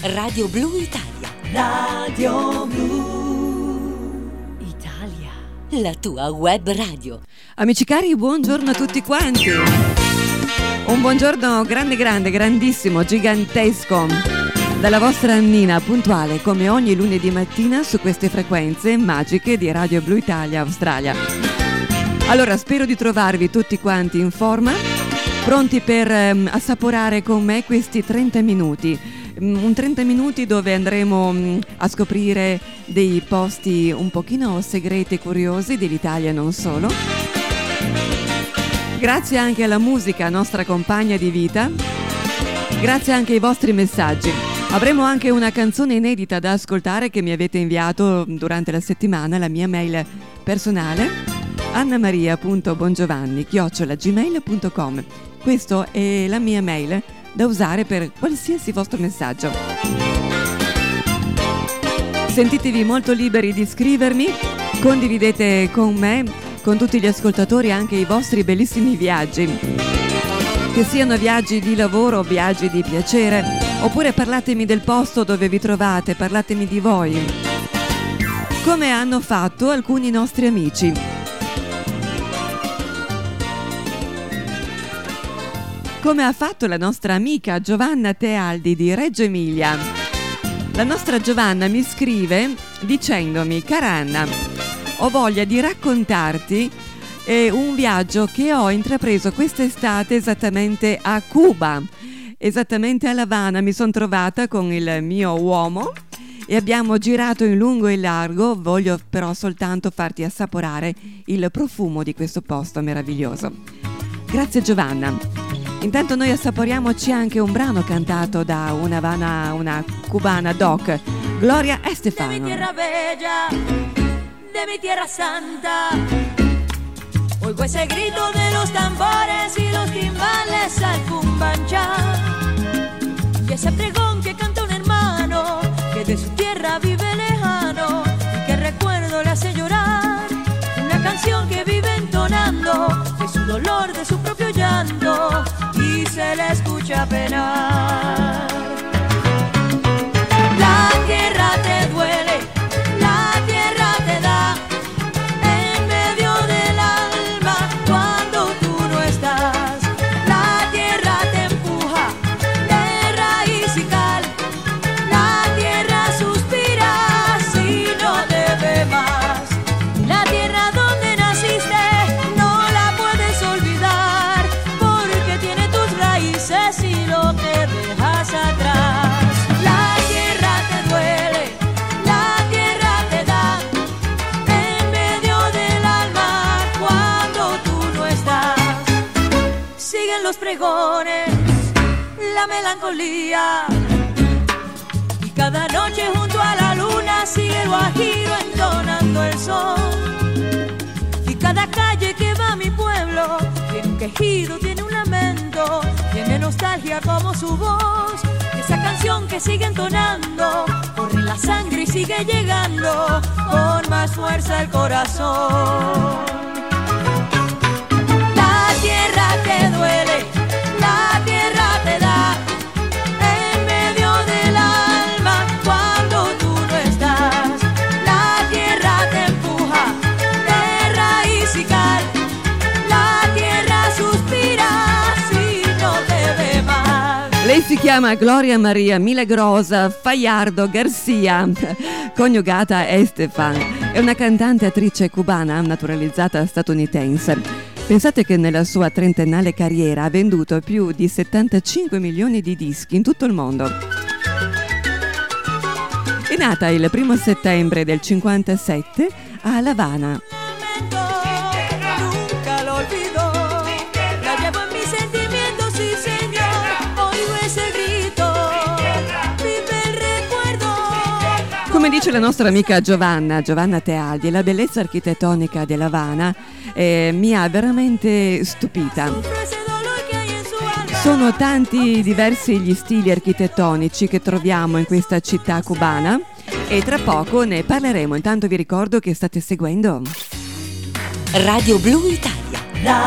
Radio Blu Italia. Radio Blu Italia. La tua web radio. Amici cari, buongiorno a tutti quanti. Un buongiorno grandissimo, gigantesco dalla vostra Annina, puntuale come ogni lunedì mattina su queste frequenze magiche di Radio Blu Italia Australia. Allora, spero di trovarvi tutti quanti in forma, pronti per assaporare con me questi 30 minuti. Un 30 minuti dove andremo a scoprire dei posti un pochino segreti e curiosi dell'Italia e non solo. Grazie anche alla musica, nostra compagna di vita. Grazie anche ai vostri messaggi. Avremo anche una canzone inedita da ascoltare che mi avete inviato durante la settimana, la mia mail personale annamaria.bongiovanni@gmail.com. Questo è la mia mail da usare per qualsiasi vostro messaggio. Sentitevi molto liberi di scrivermi, condividete con me, con tutti gli ascoltatori, anche i vostri bellissimi viaggi, che siano viaggi di lavoro o viaggi di piacere, oppure parlatemi del posto dove vi trovate, parlatemi di voi, come hanno fatto alcuni nostri amici. Come ha fatto la nostra amica Giovanna Tealdi di Reggio Emilia. La nostra Giovanna mi scrive dicendomi: cara Anna, ho voglia di raccontarti un viaggio che ho intrapreso quest'estate esattamente a Cuba, esattamente a La Habana. Mi sono trovata con il mio uomo e abbiamo girato in lungo e in largo. Voglio però soltanto farti assaporare il profumo di questo posto meraviglioso. Grazie Giovanna. Intanto noi assaporiamoci anche un brano cantato da una cubana doc, Gloria Estefan. De mi tierra bella, de mi tierra santa, oigo ese grito de los tambores y los timbales al cumbanchá, y ese pregón que canta un hermano que de su tierra vive lejano y que recuerdo le hace llorar, una canción que vive entonando de su dolor, de su propio llanto, y se le escucha penar. La tierra te duele, la tierra te da en medio del alma cuando tú no estás. La tierra te empuja de raíz y cal, la tierra suspira si no te ve más. La tierra donde naciste no la puedes olvidar, porque tiene tus raíces y lo que dejas atrás. La tierra te duele, la tierra te da en medio del alma cuando tú no estás. Siguen los pregones, la melancolía, y cada noche junto a la luna sigue el guajiro entonando el sol. Y cada calle que va a mi pueblo tiene un quejido, tiene un lamento, tiene nostalgia como su voz. Esa canción que sigue entonando corre la sangre y sigue llegando con más fuerza al corazón. La tierra te duele, la tierra te da en medio del alma cuando tú no estás. La tierra te empuja de raíz y cal, la tierra suspira si no te ve más. Lei si chiama Gloria Maria Milagrosa Fajardo Garcia, coniugata a Estefan. È una cantante e attrice cubana naturalizzata statunitense. Pensate che nella sua trentennale carriera ha venduto più di 75 milioni di dischi in tutto il mondo. È nata il 1 settembre del 57 a La Habana. Nunca lo olvido, la llevo en mis sentimientos, sí señor, oigo ese grito, vive il recuerdo. Come dice la nostra amica Giovanna Tealdi, la bellezza architettonica della Habana mi ha veramente stupita. Sono tanti diversi gli stili architettonici che troviamo in questa città cubana e tra poco ne parleremo. Intanto vi ricordo che state seguendo Radio Blu Italia.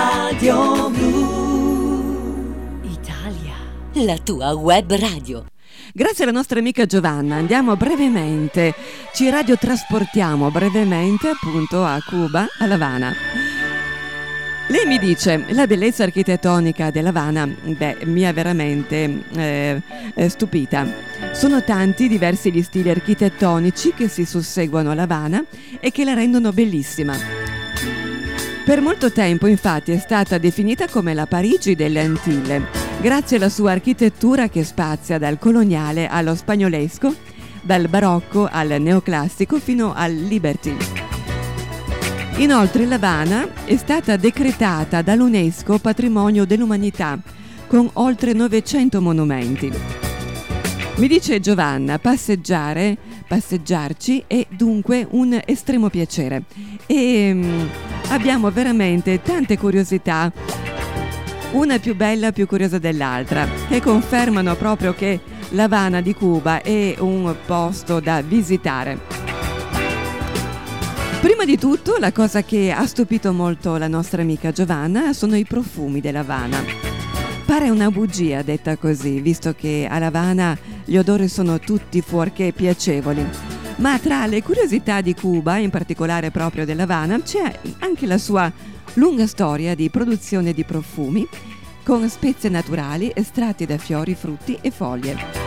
Radio Blu Italia. La tua web radio. Grazie alla nostra amica Giovanna andiamo brevemente, ci radiotrasportiamo brevemente appunto a Cuba, a La Habana. Lei mi dice, la bellezza architettonica della Habana, mi ha veramente stupita. Sono tanti diversi gli stili architettonici che si susseguono alla Habana e che la rendono bellissima. Per molto tempo, infatti, è stata definita come la Parigi delle Antille, grazie alla sua architettura che spazia dal coloniale allo spagnolesco, dal barocco al neoclassico fino al Liberty. Inoltre La Habana è stata decretata dall'UNESCO Patrimonio dell'Umanità con oltre 900 monumenti. Mi dice Giovanna, passeggiarci è dunque un estremo piacere e abbiamo veramente tante curiosità, una più bella, più curiosa dell'altra, che confermano proprio che La Habana di Cuba è un posto da visitare. Prima di tutto, la cosa che ha stupito molto la nostra amica Giovanna sono i profumi della Habana. Pare una bugia detta così, visto che a La Habana gli odori sono tutti fuorché piacevoli. Ma tra le curiosità di Cuba, in particolare proprio della Habana, c'è anche la sua lunga storia di produzione di profumi con spezie naturali estratti da fiori, frutti e foglie.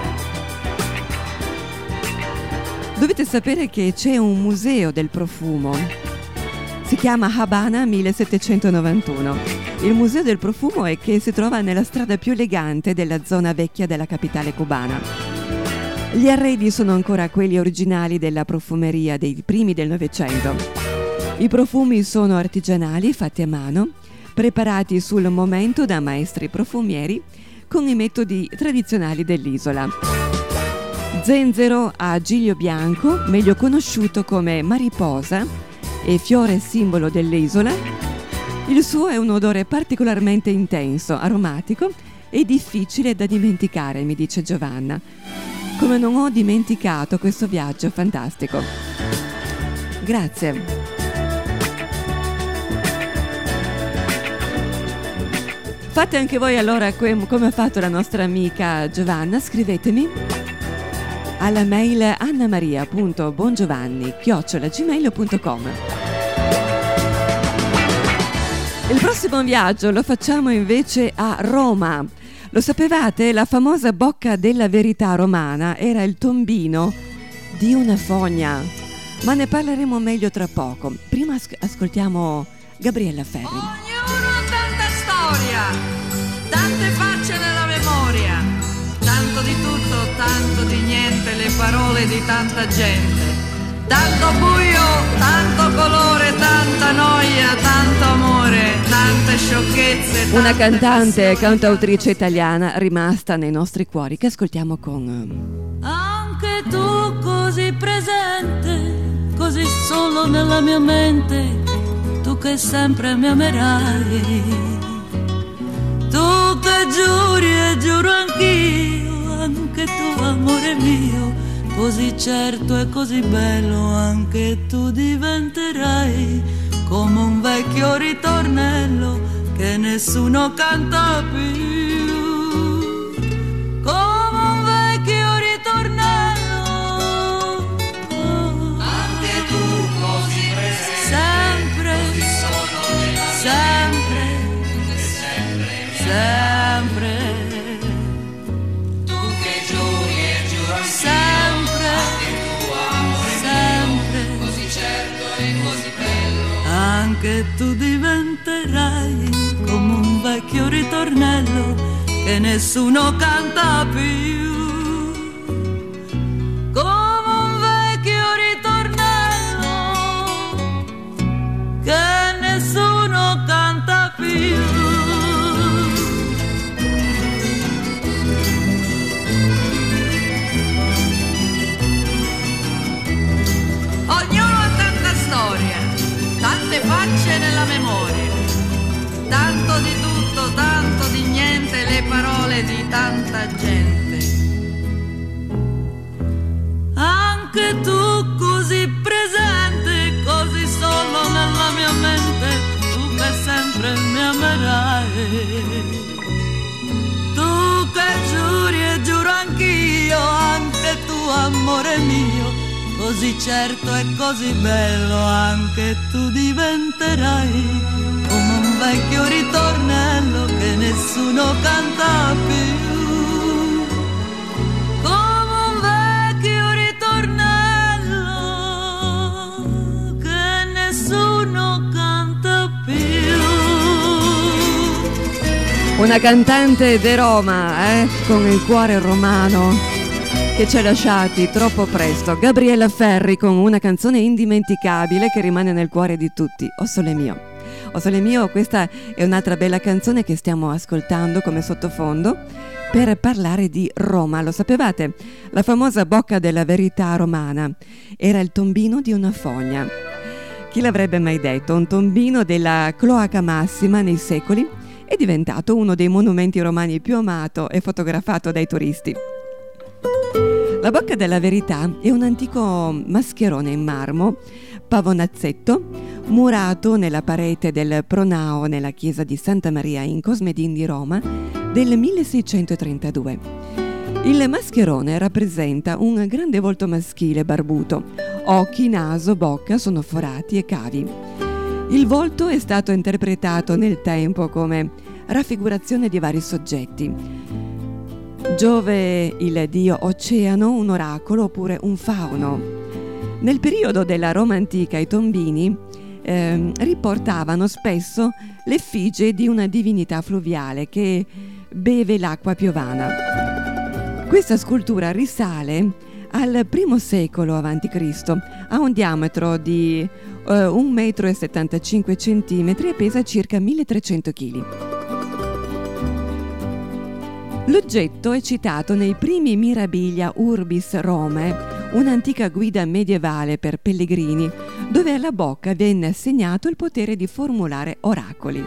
Dovete sapere che c'è un museo del profumo, si chiama Habana 1791. Il museo del profumo è che si trova nella strada più elegante della zona vecchia della capitale cubana. Gli arredi sono ancora quelli originali della profumeria dei primi del Novecento. I profumi sono artigianali, fatti a mano, preparati sul momento da maestri profumieri con i metodi tradizionali dell'isola. Zenzero a giglio bianco, meglio conosciuto come mariposa e fiore simbolo dell'isola. Il suo è un odore particolarmente intenso, aromatico e difficile da dimenticare, mi dice Giovanna. Come non ho dimenticato questo viaggio fantastico. Grazie. Fate anche voi allora come ha fatto la nostra amica Giovanna, scrivetemi alla mail annamaria.bongiovanni@gmail.com. Il prossimo viaggio lo facciamo invece a Roma. Lo sapevate? La famosa Bocca della Verità romana era il tombino di una fogna, ma ne parleremo meglio tra poco. Prima ascoltiamo Gabriella Ferri. Ognuno ha tanta storia, tante facce nella memoria, tanto di tutto, tanto di niente, le parole di tanta gente. Tanto buio, tanto colore, tanta noia, tanto amore, tante sciocchezze. Una cantante e cantautrice italiana rimasta nei nostri cuori che ascoltiamo con Anche tu così presente, così solo nella mia mente, tu che sempre mi amerai, tu che giuri e giuro anch'io, anche tu amore mio, così certo e così bello anche tu diventerai, come un vecchio ritornello che nessuno canta più, come un vecchio ritornello. Anche tu così presente, sempre, così solo sempre, sempre, tu che giuri e giuro sempre, sempre, così certo e così bello, anche tu diventerai come un vecchio ritornello che nessuno canta più, come un vecchio ritornello che nessuno canta più. Ognuno ha tanta storia, tante facce nella memoria, tanto di tutto, tanto di niente, le parole di tanta gente. Anche tu così presente, così solo nella mia mente, tu che sempre mi amerai, tu che giuri e giuro anch'io, amore mio, così certo e così bello anche tu diventerai, come un vecchio ritornello che nessuno canta più. Una cantante de Roma, con il cuore romano, che ci ha lasciati troppo presto. Gabriella Ferri con una canzone indimenticabile che rimane nel cuore di tutti, O Sole Mio. O Sole Mio, questa è un'altra bella canzone che stiamo ascoltando come sottofondo per parlare di Roma. Lo sapevate? La famosa Bocca della Verità romana era il tombino di una fogna. Chi l'avrebbe mai detto? Un tombino della Cloaca Massima nei secoli è diventato uno dei monumenti romani più amato e fotografato dai turisti. La Bocca della Verità è un antico mascherone in marmo, pavonazzetto, murato nella parete del pronao nella chiesa di Santa Maria in Cosmedin di Roma del 1632. Il mascherone rappresenta un grande volto maschile barbuto. Occhi, naso, bocca sono forati e cavi. Il volto è stato interpretato nel tempo come raffigurazione di vari soggetti. Giove, il dio oceano, un oracolo oppure un fauno. Nel periodo della Roma antica i tombini riportavano spesso l'effigie di una divinità fluviale che beve l'acqua piovana. Questa scultura risale al I secolo a.C., ha un diametro di 1,75 m e pesa circa 1300 kg. L'oggetto è citato nei primi Mirabilia Urbis Romae, un'antica guida medievale per pellegrini, dove alla bocca venne assegnato il potere di formulare oracoli.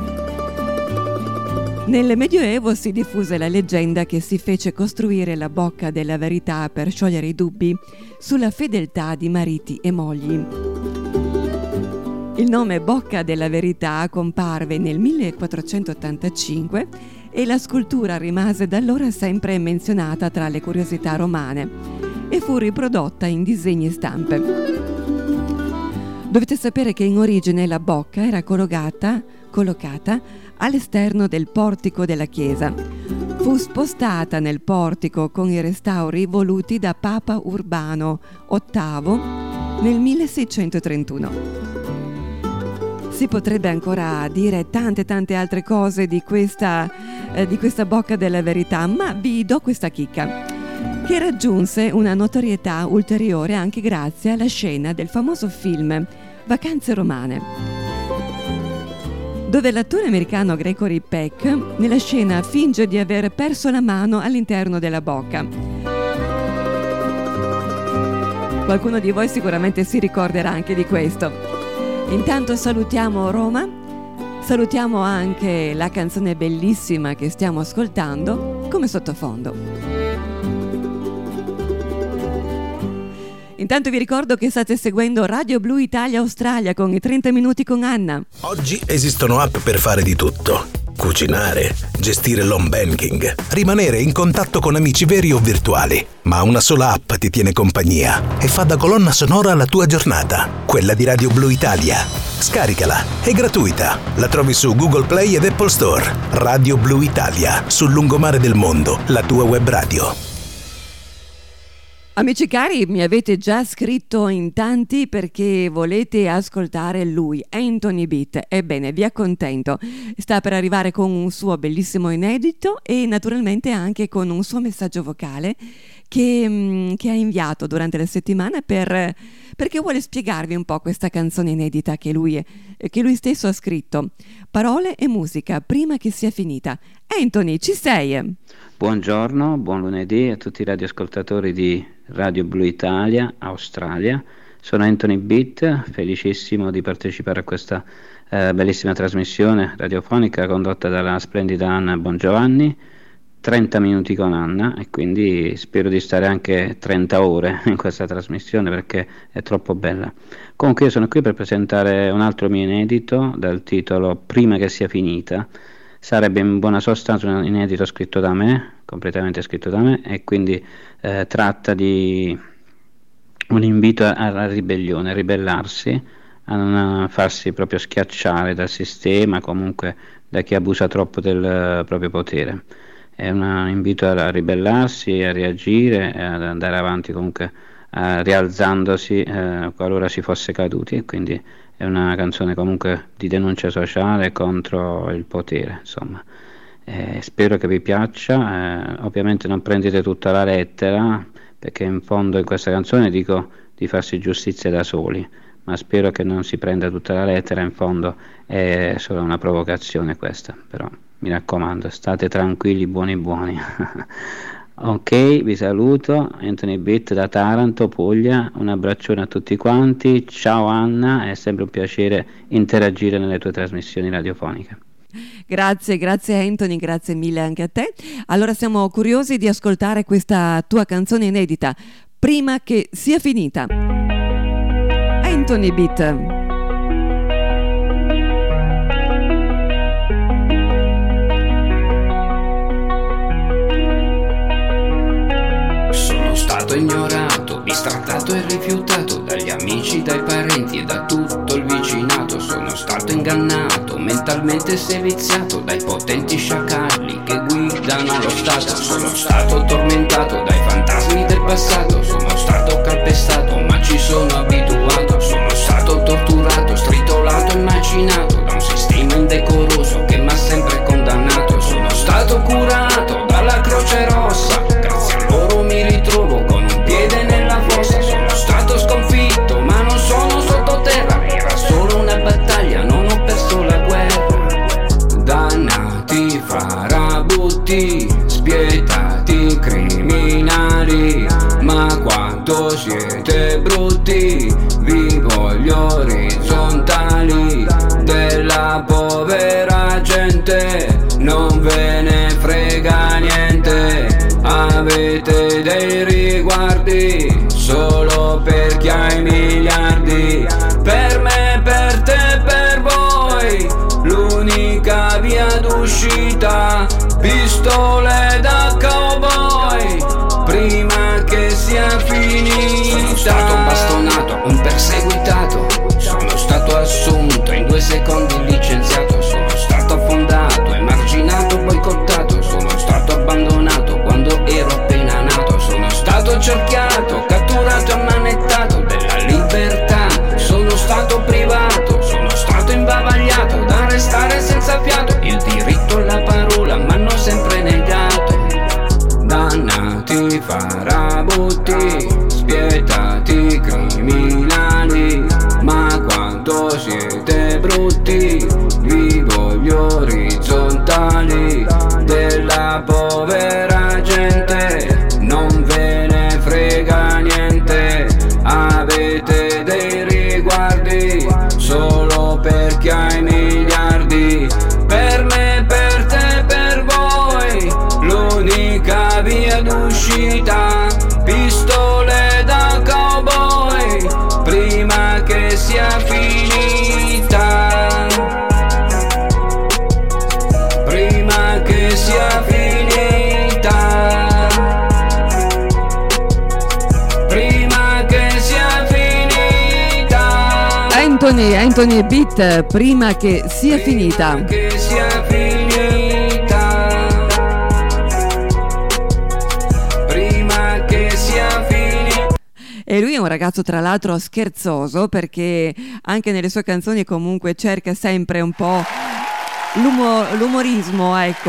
Nel Medioevo si diffuse la leggenda che si fece costruire la Bocca della Verità per sciogliere i dubbi sulla fedeltà di mariti e mogli. Il nome Bocca della Verità comparve nel 1485 e la scultura rimase da allora sempre menzionata tra le curiosità romane e fu riprodotta in disegni e stampe. Dovete sapere che in origine la bocca era collocata all'esterno del portico della chiesa. Fu spostata nel portico con i restauri voluti da Papa Urbano VIII nel 1631. Si potrebbe ancora dire tante altre cose di questa Bocca della Verità, ma vi do questa chicca, che raggiunse una notorietà ulteriore anche grazie alla scena del famoso film Vacanze romane, dove l'attore americano Gregory Peck nella scena finge di aver perso la mano all'interno della bocca. Qualcuno di voi sicuramente si ricorderà anche di questo. Intanto salutiamo Roma, salutiamo anche la canzone bellissima che stiamo ascoltando come sottofondo. Intanto vi ricordo che state seguendo Radio Blu Italia Australia con i 30 minuti con Anna. Oggi esistono app per fare di tutto: cucinare, gestire l'home banking, rimanere in contatto con amici veri o virtuali. Ma una sola app ti tiene compagnia e fa da colonna sonora alla tua giornata, quella di Radio Blu Italia. Scaricala, è gratuita. La trovi su Google Play ed Apple Store. Radio Blu Italia, sul lungomare del mondo, la tua web radio. Amici cari, mi avete già scritto in tanti perché volete ascoltare lui, Anthony Beat. Ebbene, vi accontento. Sta per arrivare con un suo bellissimo inedito e naturalmente anche con un suo messaggio vocale che ha inviato durante la settimana perché vuole spiegarvi un po' questa canzone inedita che lui stesso ha scritto. Parole e musica prima che sia finita. Anthony, ci sei? Buongiorno, buon lunedì a tutti i radioascoltatori di Radio Blu Italia, Australia. Sono Anthony Beat, felicissimo di partecipare a questa bellissima trasmissione radiofonica condotta dalla splendida Anna Bongiovanni. 30 minuti con Anna, e quindi spero di stare anche 30 ore in questa trasmissione perché è troppo bella. Comunque io sono qui per presentare un altro mio inedito dal titolo Prima che sia finita. sarebbe in buona sostanza un inedito scritto da me, completamente scritto da me, e quindi tratta di un invito alla ribellione, a ribellarsi, a non farsi proprio schiacciare dal sistema, comunque da chi abusa troppo del proprio potere. È un invito a ribellarsi, a reagire, ad andare avanti comunque rialzandosi qualora si fosse caduti, e quindi è una canzone comunque di denuncia sociale contro il potere, insomma. Spero che vi piaccia, ovviamente non prendete tutta la lettera, perché in fondo in questa canzone dico di farsi giustizia da soli, ma spero che non si prenda tutta la lettera, in fondo è solo una provocazione questa, però mi raccomando, state tranquilli, buoni. Ok, vi saluto, Anthony Beat da Taranto, Puglia, un abbraccione a tutti quanti, ciao Anna, è sempre un piacere interagire nelle tue trasmissioni radiofoniche. Grazie Anthony, grazie mille anche a te. Allora siamo curiosi di ascoltare questa tua canzone inedita, Prima che sia finita. Anthony Beat. Ignorato, bistrattato e rifiutato dagli amici, dai parenti e da tutto il vicinato. Sono stato ingannato, mentalmente seviziato dai potenti sciacalli che guidano lo Stato. Sono stato tormentato dai fantasmi del passato, sono stato calpestato ma ci sono abituato. Sono stato torturato, stritolato e macinato da un sistema indecoroso che m'ha sempre condannato. Sono stato curato dalla Croce Rossa, grazie a loro mi ritrovo con un piede nella fossa. Sono stato sconfitto ma non sono sottoterra, era solo una battaglia, non ho perso la guerra. Dannati farabutti, spietati criminali, ma quanto siete brutti, vi voglio orizzontali. Della povera gente non ve ne frega niente, avete dei riguardi solo per chi ha i miliardi. Per me, per te, per voi, l'unica via d'uscita, pistole da cowboy, prima che sia finita. Sono stato bastonato, un perseguitato, sono stato assunto, in 2 secondi licenziato. Sono stato affondato, emarginato, boicottato, sono stato abbandonato quando ero appena nato. Sono stato cerchiato, catturato e ammanettato della libertà. Sono stato privato, sono stato imbavagliato da restare senza fiato. Il diritto alla parola m'hanno sempre negato. Dannati farabutti, spietati criminali, ma quanto siete brutti, vi voglio orizzontali. Della povera gente non ve ne frega niente, avete dei riguardi solo per chi ha i miliardi. Per me, per te, per voi, l'unica via d'uscita, pistole da cowboy, prima che sia finita. Prima che sia finita. Prima che sia finita. Anthony Beat, prima che sia finita. Che sia finita. Prima che sia finita. E lui è un ragazzo tra l'altro scherzoso, perché anche nelle sue canzoni comunque cerca sempre un po' l'umorismo, ecco,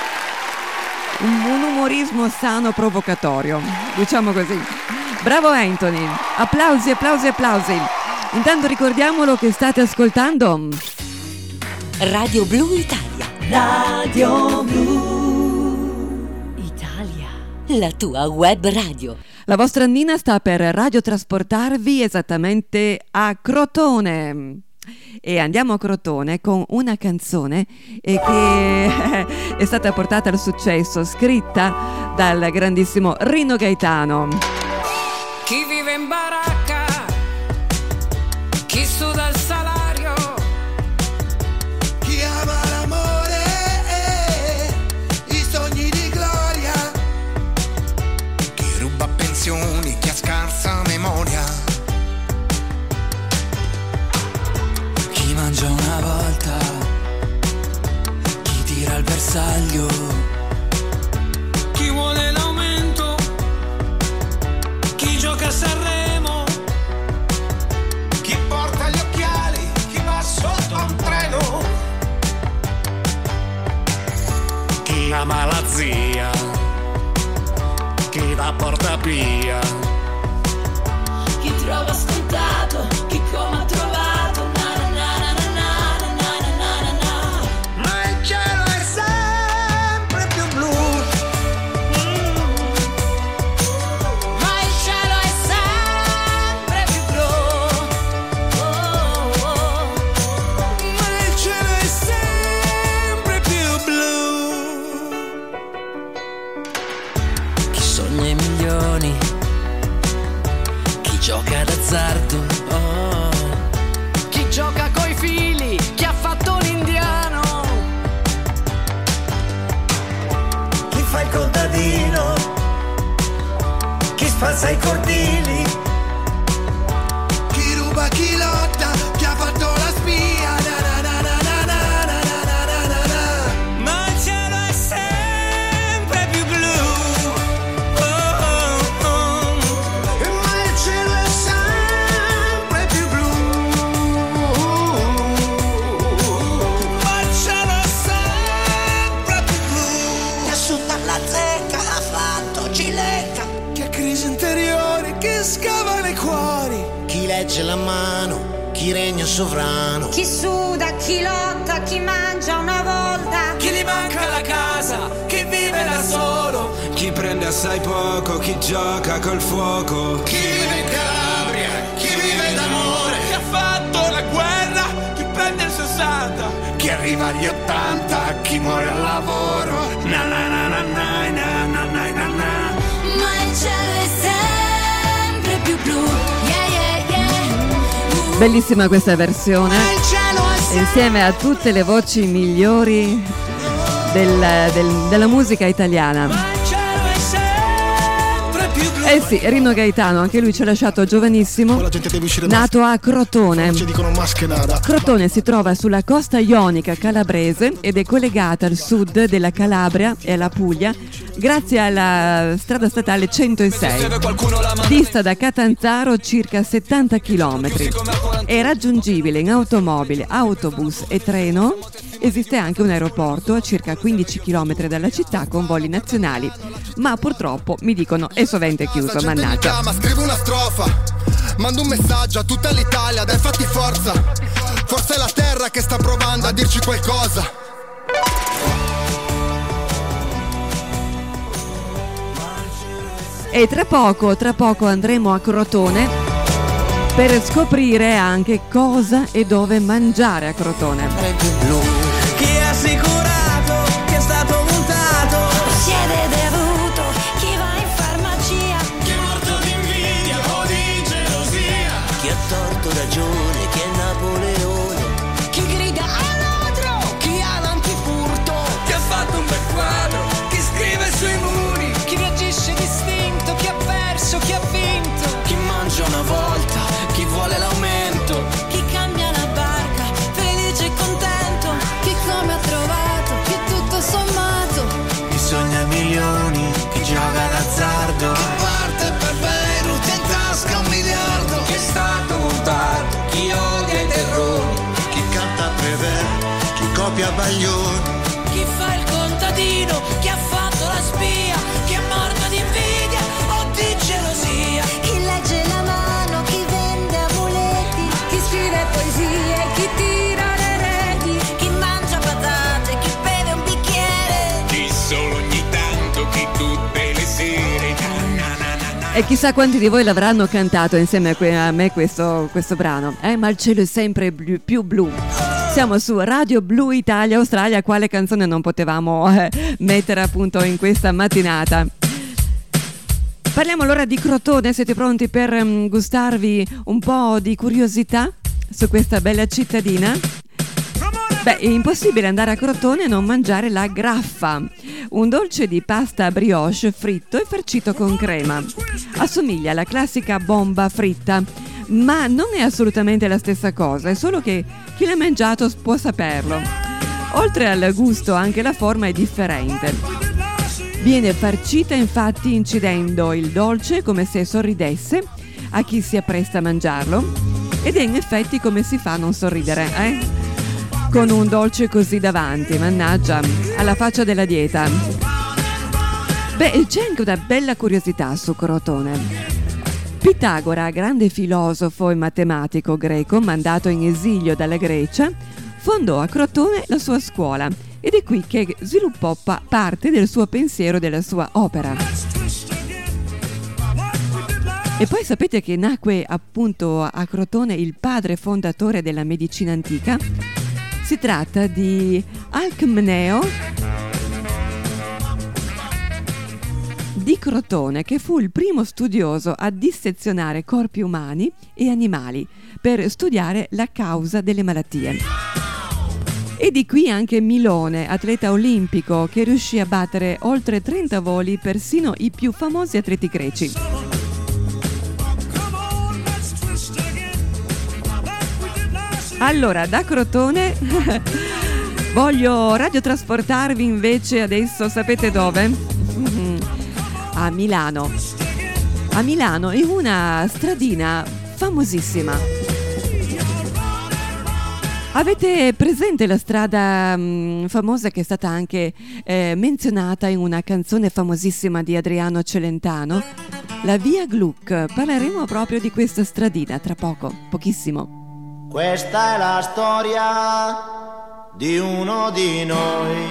un umorismo sano, provocatorio, diciamo così. Bravo Anthony, applausi. Intanto ricordiamolo che state ascoltando Radio Blu Italia. Radio Blu Italia. La tua web radio. La vostra Nina sta per radiotrasportarvi esattamente a Crotone. E andiamo a Crotone con una canzone che è stata portata al successo, scritta dal grandissimo Rino Gaetano. Chi vive in baracca, chi suda il salario, chi ama l'amore passioni, chi ha scarsa memoria. Chi mangia una volta, chi tira il bersaglio, Chi vuole l'aumento, chi gioca a Sanremo, Chi porta gli occhiali, chi va sotto a un treno. Chi ama la zia, chi la porta via, Chi trova scontato, chi come ha trovato. Na na na na na na na na na na. Ma il cielo è sempre più blu. Ma il cielo è sempre più blu. Oh, oh, oh. Ma il cielo è sempre più blu. chi sogna i milioni, chi gioca d'azzardo, oh. chi gioca coi figli, chi ha fatto l'indiano, Chi fa il contadino, chi spazza i cordini, chi ruba, chi lotta, chi ha fatto la spia. Na na na na na na na na na na na. ma il cielo è sempre più blu. Oh, oh, oh. Ma il cielo è sempre più blu. Ma il cielo è sempre più blu. Che asciutta la zecca, ha fatto cilecca. Che crisi interiore, che scava nei cuori. Chi legge la mano, chi regna sovrano. Chi suda, chi lotta, chi mangia una volta. Chi gli manca la casa, chi vive da solo, Chi prende assai poco, chi gioca col fuoco. Chi vive in Calabria, chi vive d'amore. chi ha fatto la guerra, chi prende il 60, Chi arriva agli 80, chi muore al lavoro. Na na na na na na na na na na. Ma il cielo è sempre più blu. Yeah, yeah, yeah. Bellissima questa versione, Il cielo è sempre insieme a tutte le voci migliori della musica italiana. ma il cielo è sempre più blu. Eh sì, Rino Gaetano, anche lui ci ha lasciato giovanissimo, la gente deve uscire nato a Crotone. ci dicono maschenada. Crotone si trova sulla costa ionica calabrese ed è collegata al sud della Calabria e alla Puglia grazie alla strada statale 106. Dista da Catanzaro circa 70 km. È raggiungibile in automobile, autobus e treno. Esiste anche un aeroporto a circa 15 km dalla città con voli nazionali, ma purtroppo mi dicono è sovente chiuso, mannaggia. Scrivo una strofa, mando un messaggio a tutta l'Italia, dai fatti forza. Forse è la terra che sta provando a dirci qualcosa. E tra poco andremo a Crotone per scoprire anche cosa e dove mangiare a Crotone. Chi è assicurato, chi è stato multato, Siete bevuto, chi va in farmacia. chi è morto di invidia o di gelosia, chi ha torto ragione, chi è Napoleone, Chi grida al ladro, chi ha l'antifurto. chi ha fatto un bel quadro, chi scrive sui muri, Chi reagisce distinto, chi ha perso, chi ha vinto. chi mangia una volta, chi vuole l'aumento, Chi cambia la barca, felice e contento. Chi come ha trovato, chi tutto sommato. chi sogna milioni, chi gioca d'azzardo, Chi parte per Beirut in tasca 1 miliardo. chi è stato multato, chi odia i terrori, Chi canta Prever, chi copia Baglioni. Chi fa il contadino, chi ha fatto la spia. Chi è morto di invidia o di gelosia. Chi legge la mano, chi vende amuletti. Chi scrive poesie, chi tira le reti. Chi mangia patate, chi beve un bicchiere. Chi solo ogni tanto, chi tutte le sere. E chissà quanti di voi l'avranno cantato insieme a me questo brano, ma il cielo è sempre più blu. Siamo su Radio Blu Italia Australia, quale canzone non potevamo mettere appunto in questa mattinata. Parliamo allora di Crotone, siete pronti per gustarvi un po' di curiosità su questa bella cittadina? Ramone! Beh, è impossibile andare a Crotone e non mangiare la graffa, un dolce di pasta brioche fritto e farcito con crema. Assomiglia alla classica bomba fritta, ma non è assolutamente la stessa cosa, è solo che chi l'ha mangiato può saperlo. Oltre al gusto, anche la forma è differente. Viene farcita infatti incidendo il dolce come se sorridesse a chi si appresta a mangiarlo, ed è in effetti come si fa a non sorridere, con un dolce così davanti, mannaggia, alla faccia della dieta. Beh, c'è anche una bella curiosità su Crotone. Pitagora, grande filosofo e matematico greco mandato in esilio dalla Grecia, fondò a Crotone la sua scuola ed è qui che sviluppò parte del suo pensiero e della sua opera. E poi sapete che nacque appunto a Crotone il padre fondatore della medicina antica? Si tratta di Alcmeno di Crotone, che fu il primo studioso a dissezionare corpi umani e animali per studiare la causa delle malattie. E di qui anche Milone, atleta olimpico che riuscì a battere oltre 30 voli persino i più famosi atleti greci. Allora, da Crotone voglio radiotrasportarvi invece adesso, sapete dove? A Milano. A Milano, in una stradina famosissima. Avete presente la strada famosa che è stata anche menzionata in una canzone famosissima di Adriano Celentano? La via Gluck. Parleremo proprio di questa stradina tra poco, pochissimo. Questa è la storia di uno di noi,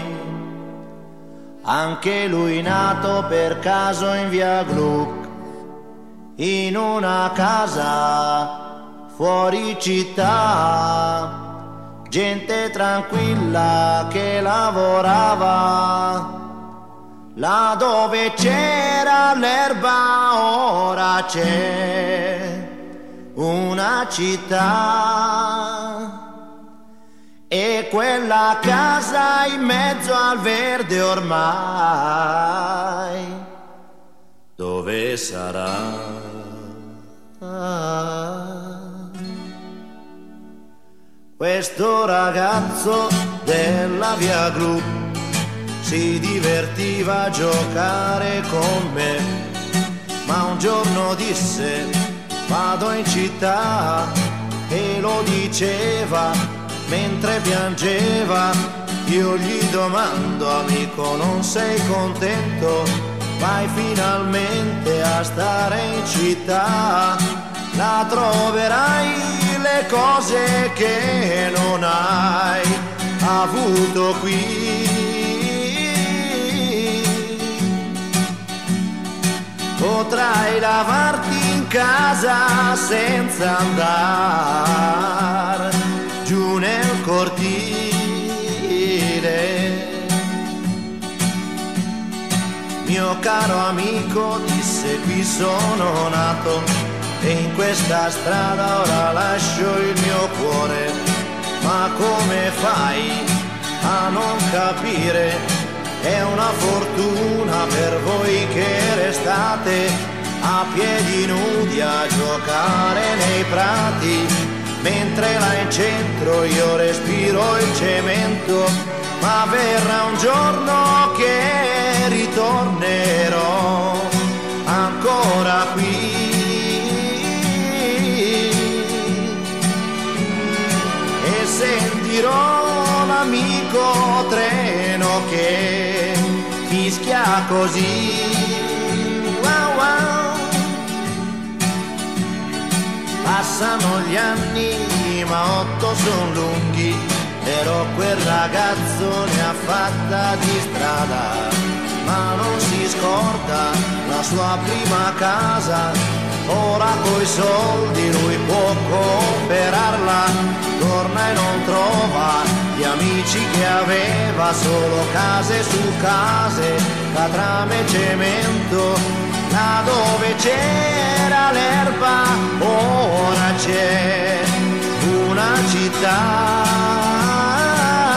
anche lui nato per caso in via Gluck, in una casa fuori città, gente tranquilla che lavorava, là dove c'era l'erba ora c'è una città, e quella casa in mezzo al verde ormai, dove sarà? Questo ragazzo della via Gluck si divertiva a giocare con me, ma un giorno disse: vado in città, e lo diceva mentre piangeva. Io gli domando: amico, non sei contento? Vai finalmente a stare in città, là troverai le cose che non hai avuto qui. Potrai lavarti in casa senza andare giù nel cortile. Mio caro amico, disse, qui sono nato e in questa strada ora lascio il mio cuore. Ma come fai a non capire? È una fortuna per voi che restate a piedi nudi a giocare nei prati, mentre là in centro io respiro il cemento. Ma verrà un giorno che ritornerò ancora qui, e sentirò l'amico treno che fischia così. Wow, wow. Passano gli anni ma 8 son lunghi, però quel ragazzo ne ha fatta di strada, ma non si scorda la sua prima casa. Ora coi soldi lui può comprarla, torna e non trova gli amici che aveva, solo case su case, catrame e cemento. Là dove c'era l'erba ora c'è una città,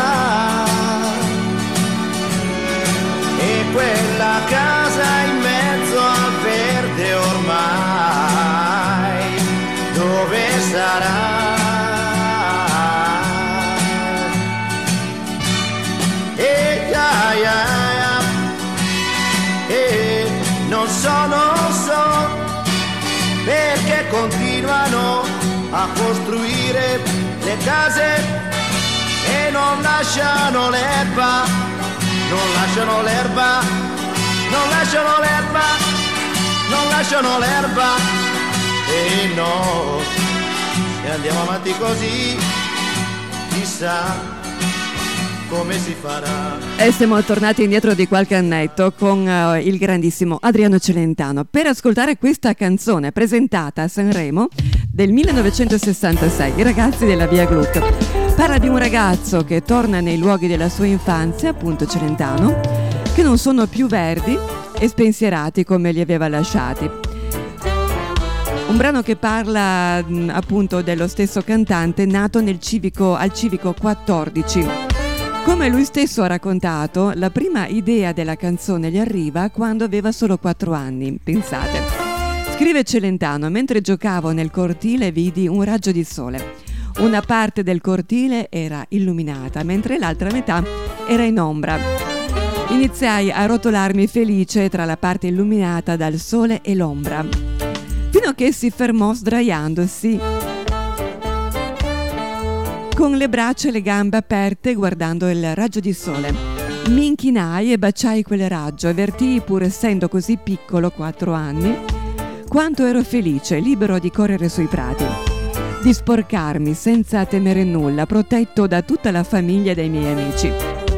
io non so perché continuano a costruire le case e non lasciano l'erba, non lasciano l'erba, non lasciano l'erba, non lasciano l'erba. E no, se andiamo avanti così, chissà come si farà. E siamo tornati indietro di qualche annetto con il grandissimo Adriano Celentano per ascoltare questa canzone presentata a Sanremo del 1966, I ragazzi della Via Gluck. Parla di un ragazzo che torna nei luoghi della sua infanzia, appunto Celentano, che non sono più verdi e spensierati come li aveva lasciati. Un brano che parla appunto dello stesso cantante nato al civico 14. Come lui stesso ha raccontato, la prima idea della canzone gli arriva quando aveva solo 4 anni, pensate. Scrive Celentano: mentre giocavo nel cortile vidi un raggio di sole. Una parte del cortile era illuminata, mentre l'altra metà era in ombra. Iniziai a rotolarmi felice tra la parte illuminata dal sole e l'ombra, fino a che si fermò sdraiandosi con le braccia e le gambe aperte guardando il raggio di sole. Mi inchinai e baciai quel raggio, avvertii, pur essendo così piccolo, 4 anni, quanto ero felice, libero di correre sui prati, di sporcarmi senza temere nulla, protetto da tutta la famiglia dei miei amici.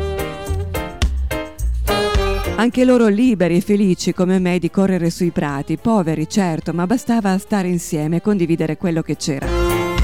Anche loro liberi e felici come me di correre sui prati, poveri certo, ma bastava stare insieme e condividere quello che c'era.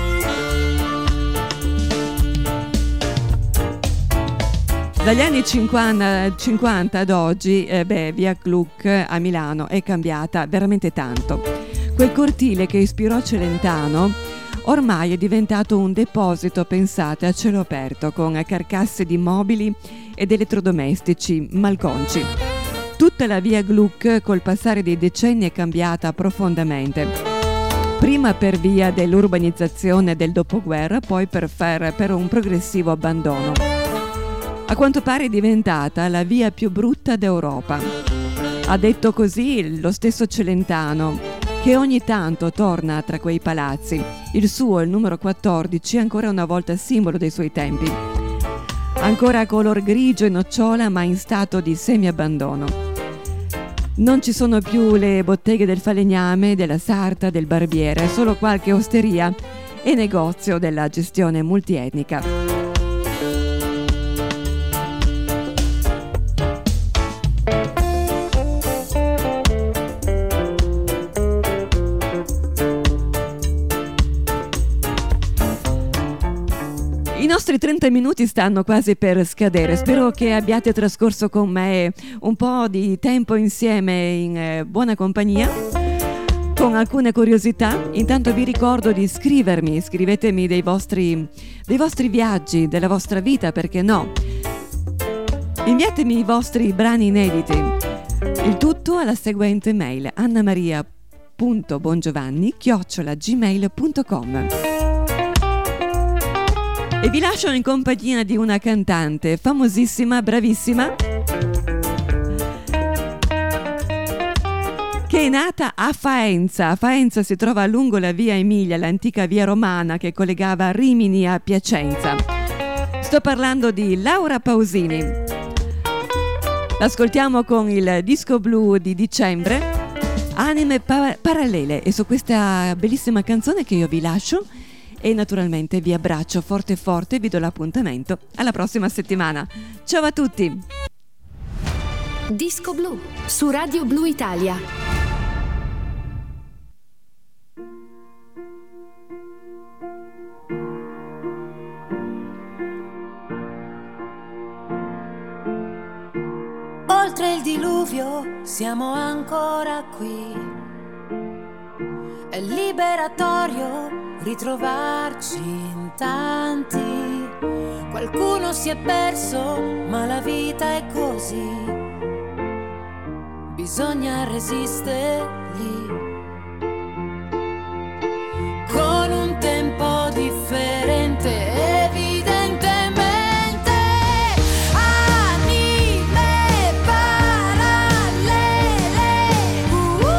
Dagli anni 50 ad oggi, Via Gluck a Milano è cambiata veramente tanto. Quel cortile che ispirò Celentano ormai è diventato un deposito, pensate, a cielo aperto, con carcasse di mobili ed elettrodomestici malconci. Tutta la Via Gluck col passare dei decenni è cambiata profondamente. Prima per via dell'urbanizzazione del dopoguerra, poi per un progressivo abbandono. A quanto pare è diventata la via più brutta d'Europa. Ha detto così lo stesso Celentano, che ogni tanto torna tra quei palazzi. Il suo, il numero 14, è ancora una volta simbolo dei suoi tempi. Ancora color grigio e nocciola, ma in stato di semi-abbandono. Non ci sono più le botteghe del falegname, della sarta, del barbiere, solo qualche osteria e negozio della gestione multietnica. I nostri 30 minuti stanno quasi per scadere. Spero che abbiate trascorso con me un po' di tempo insieme in buona compagnia, con alcune curiosità. Intanto vi ricordo di scrivetemi dei vostri viaggi, della vostra vita, perché no? Inviatemi i vostri brani inediti. Il tutto alla seguente mail: annamaria.bongiovanni@gmail.com. E vi lascio in compagnia di una cantante famosissima, bravissima, che è nata a Faenza. Faenza si trova lungo la via Emilia, l'antica via romana che collegava Rimini a Piacenza. Sto parlando di Laura Pausini. L'ascoltiamo con il disco blu di dicembre, Anime Parallele, e su questa bellissima canzone che io vi lascio e naturalmente vi abbraccio forte forte e vi do l'appuntamento alla prossima settimana. Ciao a tutti! Disco blu su Radio Blu Italia. Oltre il diluvio siamo ancora qui. È liberatorio ritrovarci in tanti. Qualcuno si è perso, ma la vita è così. Bisogna resistergli. Con un tempo differente, evidentemente. Anime parallele.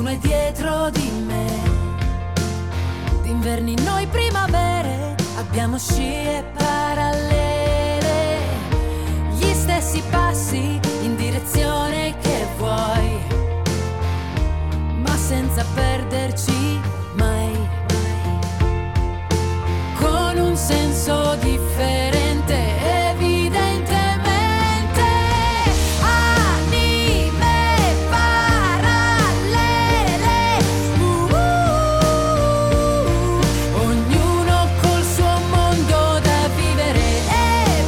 autunno è dietro di me. D'inverni noi primavere, abbiamo scie parallele, gli stessi passi in direzione che vuoi, ma senza perderci mai, con un senso differente, evidentemente. Anime parallele, ognuno col suo mondo da vivere e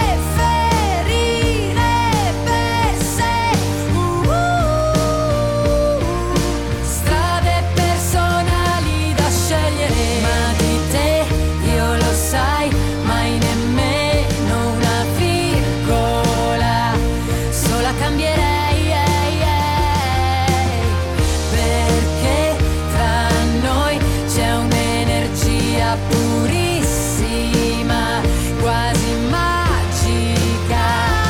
preferirebbe sé, strade personali da scegliere, ma di te io lo sai, mai nemmeno una virgola sola cambierei, perché tra noi c'è un'energia purissima, quasi magica.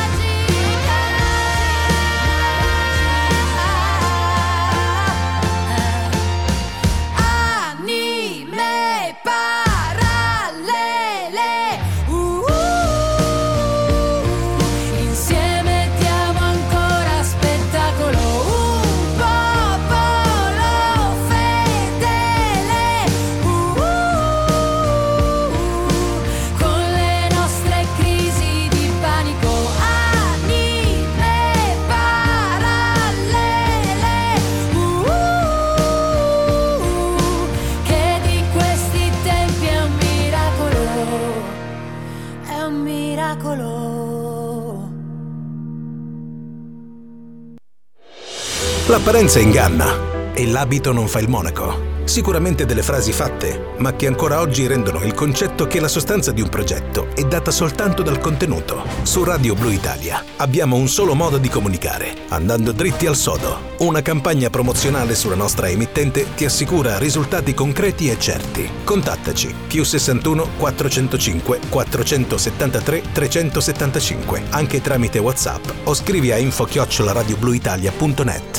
Anime parallele, insieme diamo ancora spettacolo, un popolo fedele, con le nostre crisi di panico. Anime parallele, che di questi tempi è un miracolo, è un miracolo. L'apparenza inganna e l'abito non fa il monaco. Sicuramente delle frasi fatte, ma che ancora oggi rendono il concetto che la sostanza di un progetto è data soltanto dal contenuto. Su Radio Blu Italia abbiamo un solo modo di comunicare, andando dritti al sodo. Una campagna promozionale sulla nostra emittente ti assicura risultati concreti e certi. Contattaci +61 405 473 375, anche tramite WhatsApp, o scrivi a info@radiobluitalia.net.